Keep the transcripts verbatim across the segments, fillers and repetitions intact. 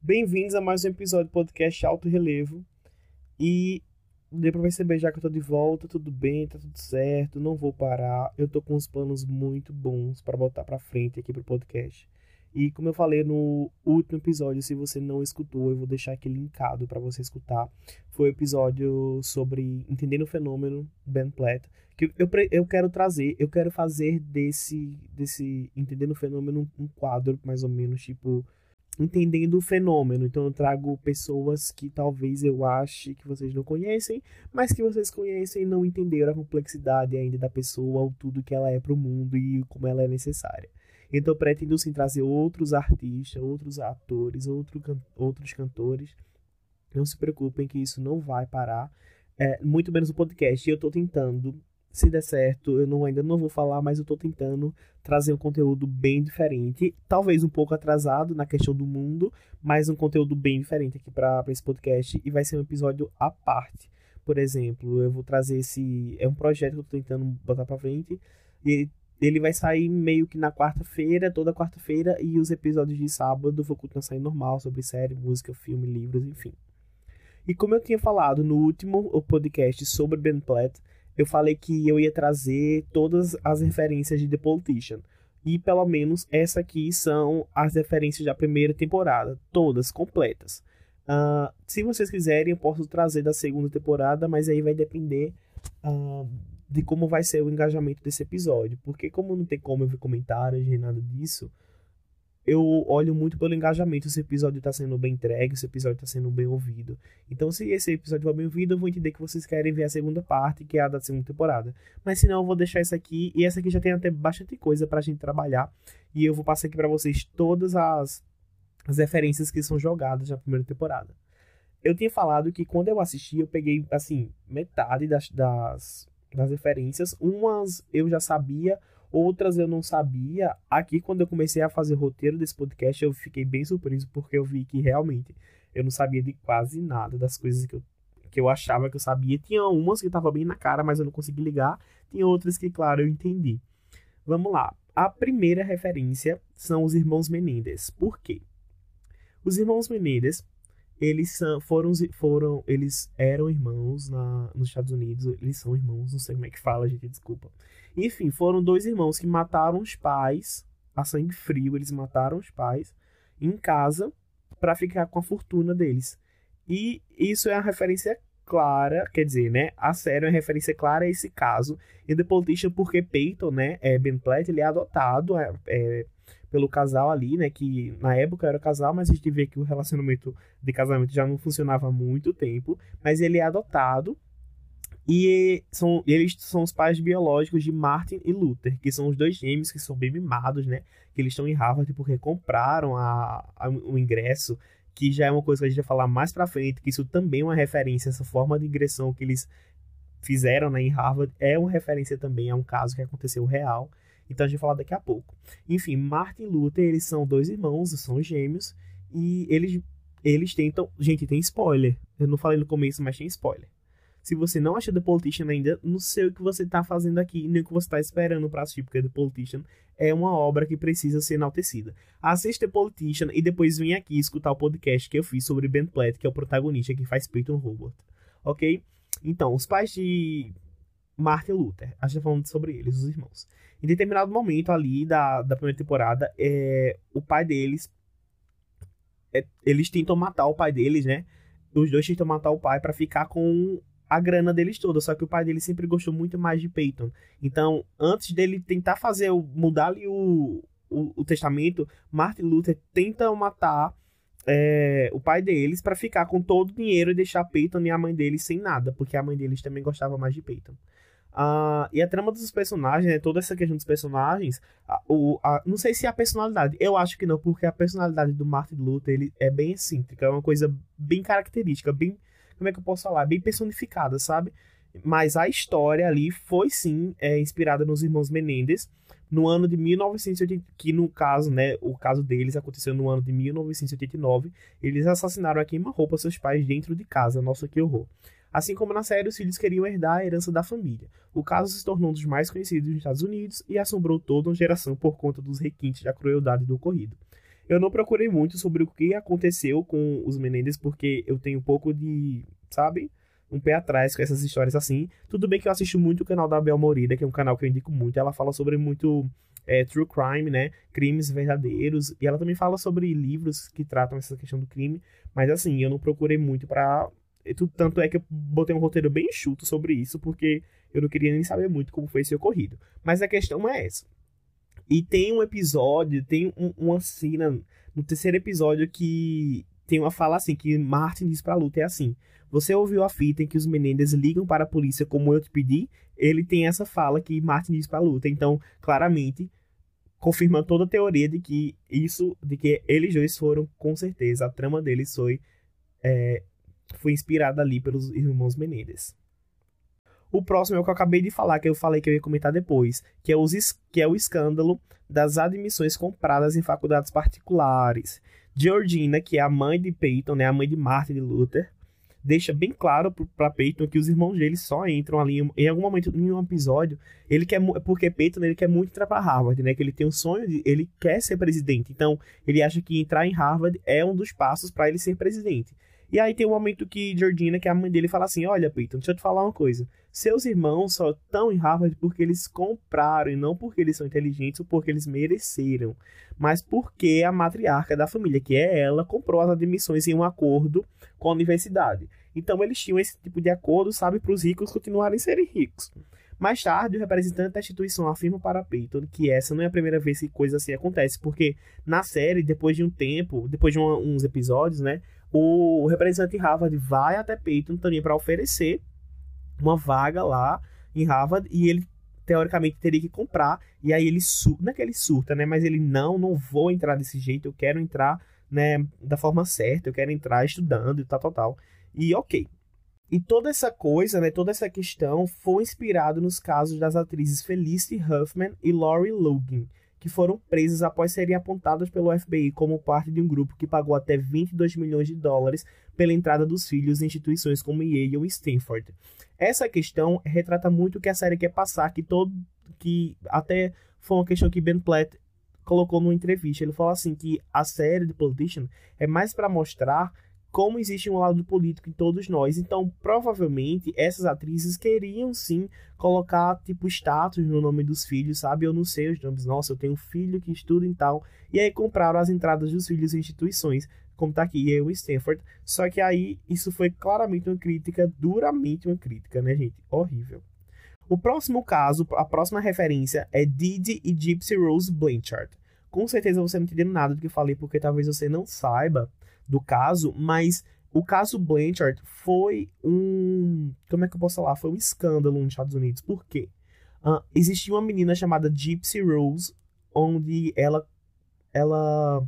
Bem-vindos a mais um episódio do podcast Alto Relevo. E deu pra perceber já que eu tô de volta, tudo bem, tá tudo certo, não vou parar. Eu tô com uns planos muito bons pra botar pra frente aqui pro podcast. E como eu falei no último episódio, se você não escutou, eu vou deixar aqui linkado pra você escutar. Foi o episódio sobre entendendo o fenômeno Ben Platt, que eu, pre- eu quero trazer, eu quero fazer desse, desse entendendo o fenômeno um quadro mais ou menos tipo entendendo o fenômeno. Então eu trago pessoas que talvez eu ache que vocês não conhecem, mas que vocês conhecem e não entenderam a complexidade ainda da pessoa, ou tudo que ela é para o mundo e como ela é necessária. Então eu pretendo sim trazer outros artistas, outros atores, outro, outros cantores. Não se preocupem que isso não vai parar. É, muito menos o podcast. E eu estou tentando, se der certo, eu não, ainda não vou falar, mas eu estou tentando trazer um conteúdo bem diferente. Talvez um pouco atrasado na questão do mundo, mas um conteúdo bem diferente aqui para esse podcast. E vai ser um episódio à parte. Por exemplo, eu vou trazer esse. É um projeto que eu estou tentando botar para frente. E ele vai sair meio que na quarta-feira, toda quarta-feira. E os episódios de sábado vou continuar saindo normal sobre série, música, filme, livros, enfim. E como eu tinha falado no último podcast sobre Ben Platt, eu falei que eu ia trazer todas as referências de The Politician. E pelo menos essa aqui são as referências da primeira temporada, todas completas. Uh, se vocês quiserem, eu posso trazer da segunda temporada, mas aí vai depender uh, de como vai ser o engajamento desse episódio. Porque como não tem como eu ver comentários nem nada disso, eu olho muito pelo engajamento, se o episódio está sendo bem entregue, se o episódio está sendo bem ouvido. Então, se esse episódio for bem ouvido, eu vou entender que vocês querem ver a segunda parte, que é a da segunda temporada. Mas se não, eu vou deixar essa aqui, e essa aqui já tem até bastante coisa pra gente trabalhar. E eu vou passar aqui pra vocês todas as, as referências que são jogadas na primeira temporada. Eu tinha falado que quando eu assisti, eu peguei, assim, metade das, das, das referências. Umas eu já sabia, outras eu não sabia. Aqui, quando eu comecei a fazer o roteiro desse podcast, eu fiquei bem surpreso, porque eu vi que realmente eu não sabia de quase nada das coisas que eu, que eu achava que eu sabia. Tinha umas que estavam bem na cara, mas eu não consegui ligar. Tinha outras que, claro, eu entendi. Vamos lá. A primeira referência são os irmãos Menendez. Por quê? Os irmãos Menendez, eles são, foram, foram, eles eram irmãos na, nos Estados Unidos. Eles são irmãos, não sei como é que fala, gente, desculpa. Enfim, foram dois irmãos que mataram os pais, a sangue frio. Eles mataram os pais em casa para ficar com a fortuna deles. E isso é uma referência clara, quer dizer, né? A série é uma referência clara a esse caso. E The Politician, porque Peyton, né? É, Ben Platt, ele é adotado é, é, pelo casal ali, né? Que na época era casal, mas a gente vê que o relacionamento de casamento já não funcionava há muito tempo. Mas ele é adotado. E são, eles são os pais biológicos de Martin e Luther, que são os dois gêmeos que são bem mimados, né? Que eles estão em Harvard porque compraram a, a, o ingresso, que já é uma coisa que a gente vai falar mais pra frente, que isso também é uma referência, essa forma de ingressão que eles fizeram, né, em Harvard é uma referência também a um caso que aconteceu real. Então a gente vai falar daqui a pouco. Enfim, Martin e Luther, eles são dois irmãos, são gêmeos, e eles, eles tentam... Gente, tem spoiler. Eu não falei no começo, mas tem spoiler. Se você não achou The Politician ainda, não sei o que você está fazendo aqui, nem o que você está esperando para assistir, porque The Politician é uma obra que precisa ser enaltecida. Assista The Politician e depois vem aqui escutar o podcast que eu fiz sobre Ben Platt, que é o protagonista que faz Peyton Robert. Ok? Então, os pais de Martin Luther, a gente está falando sobre eles, os irmãos. Em determinado momento ali da, da primeira temporada, é, o pai deles, é, eles tentam matar o pai deles, né? Os dois tentam matar o pai para ficar com a grana deles toda, só que o pai dele sempre gostou muito mais de Peyton. Então, antes dele tentar fazer, mudar ali o, o, o testamento, Martin Luther tenta matar é, o pai deles para ficar com todo o dinheiro e deixar Peyton e a mãe deles sem nada, porque a mãe deles também gostava mais de Peyton. Uh, e a trama dos personagens, né, toda essa questão dos personagens, a, o, a, não sei se é a personalidade, eu acho que não, porque a personalidade do Martin Luther ele é bem excêntrica, é uma coisa bem característica, bem, como é que eu posso falar, bem personificada, sabe? Mas a história ali foi sim é, inspirada nos irmãos Menendez, no ano de mil novecentos e oitenta, que no caso, né, o caso deles aconteceu no ano de mil novecentos e oitenta e nove, eles assassinaram a queima-roupa seus pais dentro de casa, nossa, que horror. Assim como na série, os filhos queriam herdar a herança da família. O caso se tornou um dos mais conhecidos nos Estados Unidos e assombrou toda uma geração por conta dos requintes da crueldade do ocorrido. Eu não procurei muito sobre o que aconteceu com os Menendez, porque eu tenho um pouco de, sabe, um pé atrás com essas histórias assim. Tudo bem que eu assisto muito o canal da Bel Moreira, que é um canal que eu indico muito. Ela fala sobre muito é, true crime, né? Crimes verdadeiros. E ela também fala sobre livros que tratam essa questão do crime. Mas assim, eu não procurei muito pra... Tanto é que eu botei um roteiro bem enxuto sobre isso, porque eu não queria nem saber muito como foi esse ocorrido. Mas a questão é essa. E tem um episódio, tem um, uma cena no terceiro episódio que tem uma fala assim, que Martin diz pra Luther, é assim: você ouviu a fita em que os Menendez ligam para a polícia como eu te pedi? Ele tem essa fala que Martin diz pra Luther. Então, claramente, confirma toda a teoria de que isso, de que eles dois foram, com certeza, a trama deles foi, é, foi inspirada ali pelos irmãos Menendez. O próximo é o que eu acabei de falar, que eu falei que eu ia comentar depois, que é, os, que é o escândalo das admissões compradas em faculdades particulares. Georgina, que é a mãe de Peyton, né, a mãe de Martin de Luther, deixa bem claro para Peyton que os irmãos dele só entram ali em, em algum momento, em um episódio, ele quer, porque Peyton ele quer muito entrar para Harvard, né, que ele tem um sonho, de, ele quer ser presidente, então ele acha que entrar em Harvard é um dos passos para ele ser presidente. E aí tem um momento que Georgina, que é a mãe dele, fala assim: olha, Peyton, deixa eu te falar uma coisa. Seus irmãos só estão em Harvard porque eles compraram, e não porque eles são inteligentes ou porque eles mereceram, mas porque a matriarca da família, que é ela, comprou as admissões em um acordo com a universidade. Então eles tinham esse tipo de acordo, sabe, para os ricos continuarem serem ricos. Mais tarde, o representante da instituição afirma para Peyton que essa não é a primeira vez que coisa assim acontece, porque na série, depois de um tempo, depois de uma, uns episódios, né, o representante de Harvard vai até Peyton também para oferecer uma vaga lá em Harvard, e ele teoricamente teria que comprar, e aí ele surta, não é que ele surta, né, mas ele não, não vou entrar desse jeito, eu quero entrar, né, da forma certa, eu quero entrar estudando e tal, tal, tal, e ok. E toda essa coisa, né, toda essa questão foi inspirado nos casos das atrizes Felicity Huffman e Lori Loughlin, que foram presas após serem apontadas pelo F B I como parte de um grupo que pagou até vinte e dois milhões de dólares pela entrada dos filhos em instituições como Yale e Stanford. Essa questão retrata muito o que a série quer passar, que, todo, que até foi uma questão que Ben Platt colocou numa entrevista. Ele falou assim que a série The Politician é mais para mostrar como existe um lado político em todos nós. Então, provavelmente, essas atrizes queriam, sim, colocar, tipo, status no nome dos filhos, sabe? Eu não sei os nomes. Nossa, eu tenho um filho que estuda e tal. E aí compraram as entradas dos filhos em instituições, como tá aqui, eu e Stanford. Só que aí, isso foi claramente uma crítica, duramente uma crítica, né, gente? Horrível. O próximo caso, a próxima referência é Didi e Gypsy Rose Blanchard. Com certeza você não entendeu nada do que eu falei, porque talvez você não saiba do caso, mas o caso Blanchard foi um... Como é que eu posso falar? Foi um escândalo nos Estados Unidos. Por quê? Uh, existia uma menina chamada Gypsy Rose, onde ela... ela...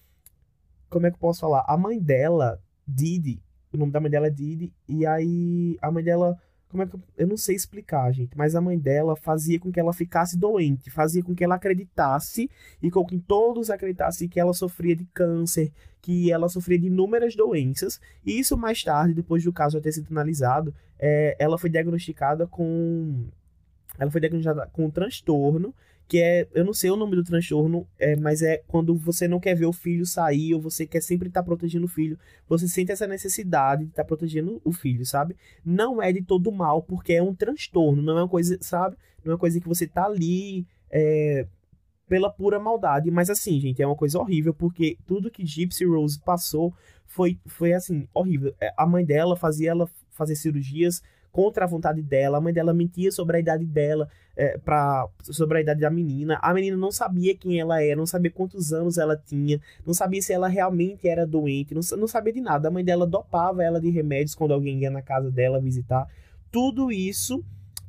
Como é que eu posso falar? A mãe dela, Didi, o nome da mãe dela é Didi, e aí a mãe dela... Como é que eu... eu não sei explicar, gente, mas a mãe dela fazia com que ela ficasse doente, fazia com que ela acreditasse e com que todos acreditassem que ela sofria de câncer, que ela sofria de inúmeras doenças. E isso mais tarde, depois do caso já ter sido analisado, é, ela foi diagnosticada com ela foi diagnosticada com um transtorno, que é, eu não sei o nome do transtorno, é, mas é quando você não quer ver o filho sair, ou você quer sempre estar protegendo o filho, você sente essa necessidade de estar protegendo o filho, sabe? Não é de todo mal, porque é um transtorno, não é uma coisa, sabe? Não é uma coisa que você tá ali é, pela pura maldade, mas assim, gente, é uma coisa horrível, porque tudo que Gypsy Rose passou foi, foi assim, horrível. A mãe dela fazia ela fazer cirurgias contra a vontade dela, a mãe dela mentia sobre a idade dela, é, pra, sobre a idade da menina, a menina não sabia quem ela era, não sabia quantos anos ela tinha, não sabia se ela realmente era doente, não, não sabia de nada, a mãe dela dopava ela de remédios quando alguém ia na casa dela visitar, tudo isso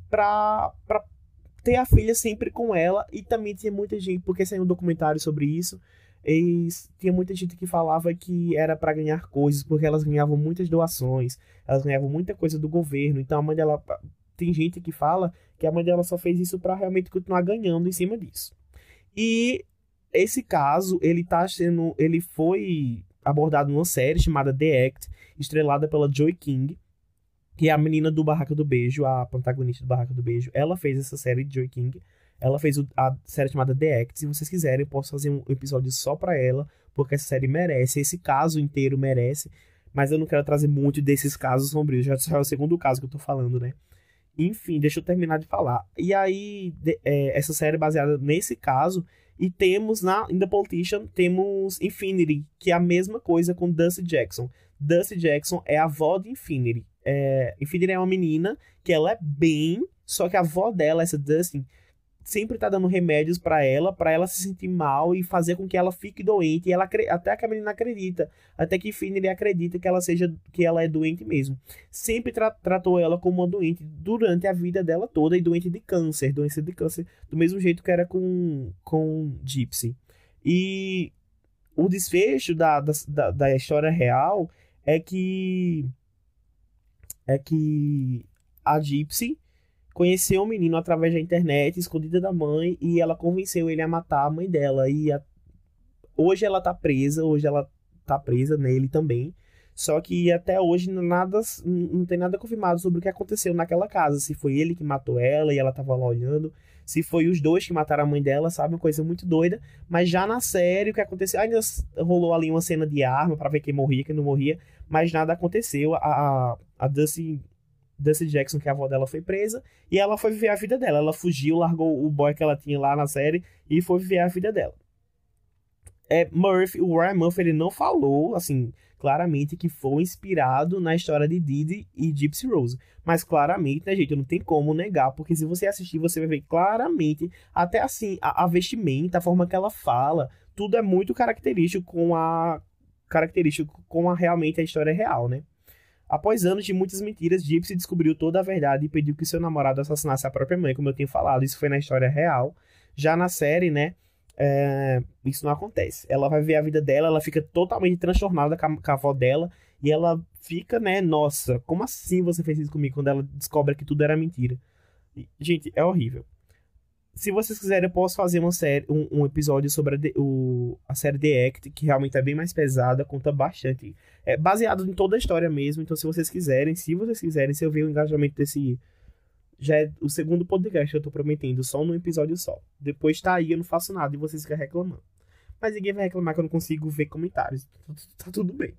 pra, pra ter a filha sempre com ela. E também tinha muita gente, porque saiu um documentário sobre isso, e tinha muita gente que falava que era para ganhar coisas, porque elas ganhavam muitas doações, elas ganhavam muita coisa do governo. Então a mãe dela, tem gente que fala que a mãe dela só fez isso para realmente continuar ganhando em cima disso. E esse caso, ele tá sendo, ele foi abordado numa série chamada The Act, estrelada pela Joy King, que é a menina do Barraca do Beijo, a protagonista do Barraca do Beijo. Ela fez essa série de Joy King. Ela fez a série chamada The Act. Se vocês quiserem, eu posso fazer um episódio só pra ela, porque essa série merece, esse caso inteiro merece, mas eu não quero trazer muito desses casos sombrios, já é o segundo caso que eu tô falando, né? Enfim, deixa eu terminar de falar. E aí, de, é, essa série é baseada nesse caso, e temos na in The Politician, temos Infinity, que é a mesma coisa com Dusty Jackson. Dusty Jackson é a avó de Infinity. É, Infinity é uma menina que ela é bem, só que a avó dela, essa Dustin, sempre tá dando remédios pra ela, pra ela se sentir mal e fazer com que ela fique doente. E ela, até que a menina acredita, até que Infinity acredita que ela seja, que ela é doente mesmo. Sempre tra tratou ela como uma doente durante a vida dela toda, e doente de câncer, doença de câncer, do mesmo jeito que era com, com Gypsy. E o desfecho da, da, da história real é que é que a Gypsy conheceu o menino através da internet, escondida da mãe, e ela convenceu ele a matar a mãe dela. E a... hoje ela tá presa, hoje ela tá presa nele também. Só que até hoje nada, não tem nada confirmado sobre o que aconteceu naquela casa. Se foi ele que matou ela e ela tava lá olhando, se foi os dois que mataram a mãe dela, sabe? Uma coisa muito doida. Mas já na série, o que aconteceu... ainda rolou ali uma cena de arma pra ver quem morria, quem não morria, mas nada aconteceu. A, a, a Dusty... Dusty Jackson, que a avó dela, foi presa, e ela foi viver a vida dela. Ela fugiu, largou o boy que ela tinha lá na série e foi viver a vida dela. É, Murphy, o Ryan Murphy, ele não falou, assim, claramente que foi inspirado na história de Didi e Gypsy Rose. Mas claramente, né, gente, não tem como negar, porque se você assistir, você vai ver claramente, até assim, a, a vestimenta, a forma que ela fala, tudo é muito característico com a... característico com a realmente a história real, né? Após anos de muitas mentiras, Gypsy descobriu toda a verdade e pediu que seu namorado assassinasse a própria mãe, como eu tenho falado. Isso foi na história real. Já na série, né, é... isso não acontece. Ela vai ver a vida dela, ela fica totalmente transtornada com a, com a avó dela, e ela fica, né, nossa, como assim você fez isso comigo? Quando ela descobre que tudo era mentira. E, gente, é horrível. Se vocês quiserem, eu posso fazer uma série, um, um episódio sobre a, o, a série The Act, que realmente é bem mais pesada, conta bastante. É baseado em toda a história mesmo, então se vocês quiserem, se vocês quiserem, se eu ver o engajamento desse... Já é o segundo podcast que eu tô prometendo, só num episódio só. Depois tá aí, eu não faço nada e vocês ficam reclamando. Mas ninguém vai reclamar que eu não consigo ver comentários. Tá tudo bem.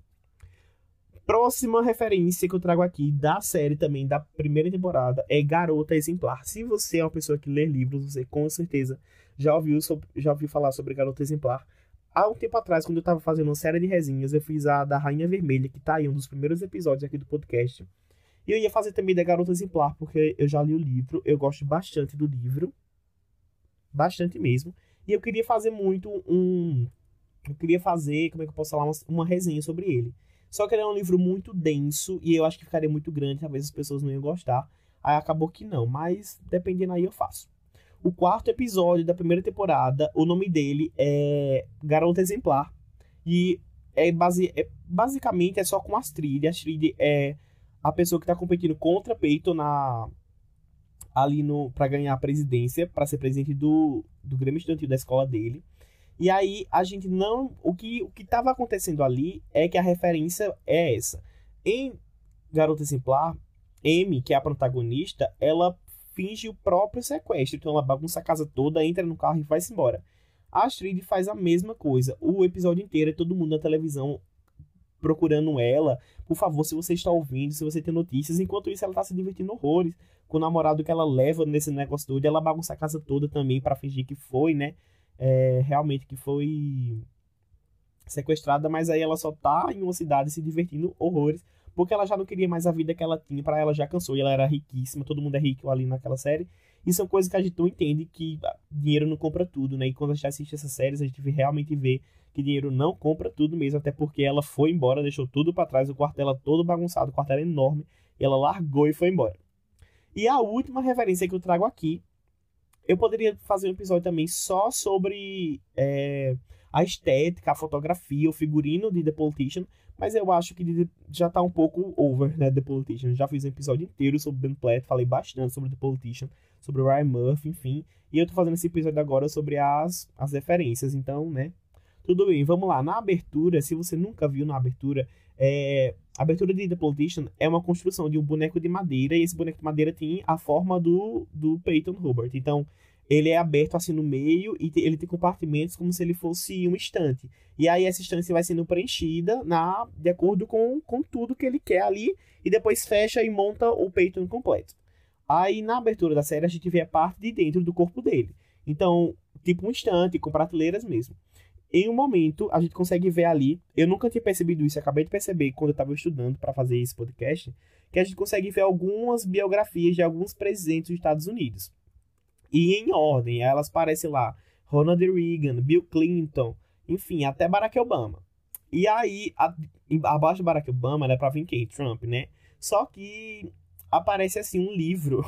Próxima referência que eu trago aqui da série também, da primeira temporada, é Garota Exemplar. Se você é uma pessoa que lê livros, você com certeza já ouviu, sobre, já ouviu falar sobre Garota Exemplar. Há um tempo atrás, quando eu tava fazendo uma série de resenhas, eu fiz a da Rainha Vermelha, que tá aí, um dos primeiros episódios aqui do podcast. E eu ia fazer também da Garota Exemplar, porque eu já li o livro, eu gosto bastante do livro. Bastante mesmo. E eu queria fazer muito um... Eu queria fazer, como é que eu posso falar, uma, uma resenha sobre ele. Só que ele é um livro muito denso e eu acho que ficaria muito grande, talvez as pessoas não iam gostar. Aí acabou que não, mas dependendo aí eu faço. O quarto episódio da primeira temporada, o nome dele é Garota Exemplar. E é, base, é basicamente é só com Astrid. Astrid é a pessoa que está competindo contra Peyton na, ali no, para ganhar a presidência, para ser presidente do, do Grêmio Estudantil da escola dele. E aí, a gente não... O que o que estava acontecendo ali é que a referência é essa. Em Garota Exemplar, Amy, que é a protagonista, ela finge o próprio sequestro. Então, ela bagunça a casa toda, entra no carro e vai-se embora. A Astrid faz a mesma coisa. O episódio inteiro é todo mundo na televisão procurando ela. Por favor, se você está ouvindo, se você tem notícias. Enquanto isso, ela está se divertindo horrores com o namorado que ela leva nesse negócio todo. Ela bagunça a casa toda também para fingir que foi, né? É, realmente que foi sequestrada, mas aí ela só tá em uma cidade se divertindo horrores, porque ela já não queria mais a vida que ela tinha, para ela já cansou, e ela era riquíssima, todo mundo é rico ali naquela série, e são coisas que a gente não entende, que dinheiro não compra tudo, né, e quando a gente assiste essas séries, a gente realmente vê que dinheiro não compra tudo mesmo, até porque ela foi embora, deixou tudo para trás, o quarto dela todo bagunçado, o quarto era enorme, e ela largou e foi embora. E a última referência que eu trago aqui, eu poderia fazer um episódio também só sobre é, a estética, a fotografia, o figurino de The Politician, mas eu acho que já tá um pouco over, né, The Politician. Já fiz um episódio inteiro sobre Ben Platt, falei bastante sobre The Politician, sobre o Ryan Murphy, enfim. E eu tô fazendo esse episódio agora sobre as, as referências, então, né, tudo bem. Vamos lá, na abertura, se você nunca viu na abertura, é, a abertura de The Politician é uma construção de um boneco de madeira, e esse boneco de madeira tem a forma do, do Peyton Hubbard. Então, ele é aberto assim no meio e te- ele tem compartimentos como se ele fosse uma estante. E aí essa estante vai sendo preenchida na, de acordo com, com tudo que ele quer ali e depois fecha e monta o peito completo. Aí na abertura da série a gente vê a parte de dentro do corpo dele. Então, tipo um estante com prateleiras mesmo. Em um momento, a gente consegue ver ali, eu nunca tinha percebido isso, acabei de perceber quando eu estava estudando para fazer esse podcast, que a gente consegue ver algumas biografias de alguns presidentes dos Estados Unidos. E em ordem, elas aparecem lá, Ronald Reagan, Bill Clinton, enfim, até Barack Obama. E aí, a, abaixo de Barack Obama, era pra vir quem? Trump, né? Só que aparece assim um livro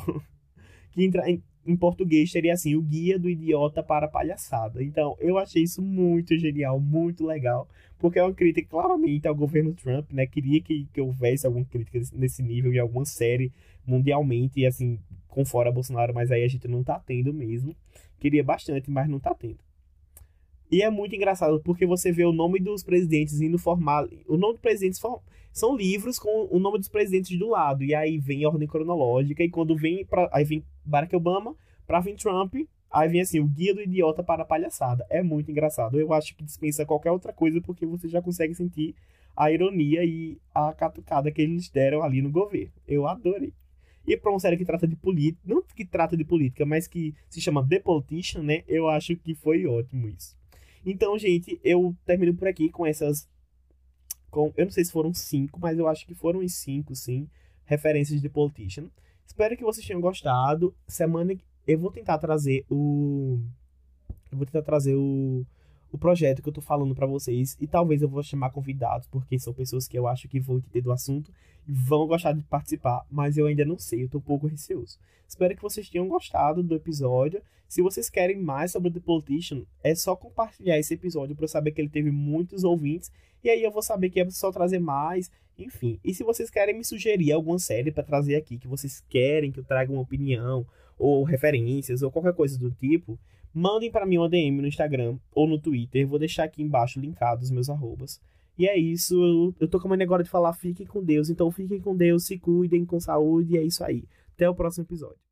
que entra em, em português seria assim, o Guia do Idiota para a Palhaçada. Então, eu achei isso muito genial, muito legal, porque é uma crítica claramente ao governo Trump, né? Queria que, que houvesse alguma crítica nesse nível em alguma série mundialmente, e assim, com fora Bolsonaro, mas aí a gente não tá tendo mesmo. Queria bastante, mas não tá tendo. E é muito engraçado porque você vê o nome dos presidentes indo formar. O nome dos presidentes for- são livros com o nome dos presidentes do lado. E aí vem em ordem cronológica. E quando vem. Pra, aí vem Barack Obama, pra vir Trump. Aí vem assim, o Guia do Idiota para a Palhaçada. É muito engraçado. Eu acho que dispensa qualquer outra coisa porque você já consegue sentir a ironia e a catucada que eles deram ali no governo. Eu adorei. E pra uma série que trata de política, não que trata de política, mas que se chama The Politician, né? Eu acho que foi ótimo isso. Então, gente, eu termino por aqui com essas. Com, eu não sei se foram cinco, mas eu acho que foram os cinco, sim, referências de Politician. Espero que vocês tenham gostado. Semana que eu vou tentar trazer o. Eu vou tentar trazer o, o projeto que eu tô falando pra vocês. E talvez eu vou chamar convidados, porque são pessoas que eu acho que vão entender do assunto e vão gostar de participar, mas eu ainda não sei, eu tô um pouco receoso. Espero que vocês tenham gostado do episódio. Se vocês querem mais sobre The Politician, é só compartilhar esse episódio para eu saber que ele teve muitos ouvintes. E aí eu vou saber que é só trazer mais, enfim. E se vocês querem me sugerir alguma série para trazer aqui, que vocês querem que eu traga uma opinião, ou referências, ou qualquer coisa do tipo, mandem para mim uma D M no Instagram ou no Twitter. Vou deixar aqui embaixo linkado os meus arrobas. E é isso, eu, eu tô com a mania agora de falar fiquem com Deus. Então fiquem com Deus, se cuidem com saúde, e é isso aí. Até o próximo episódio.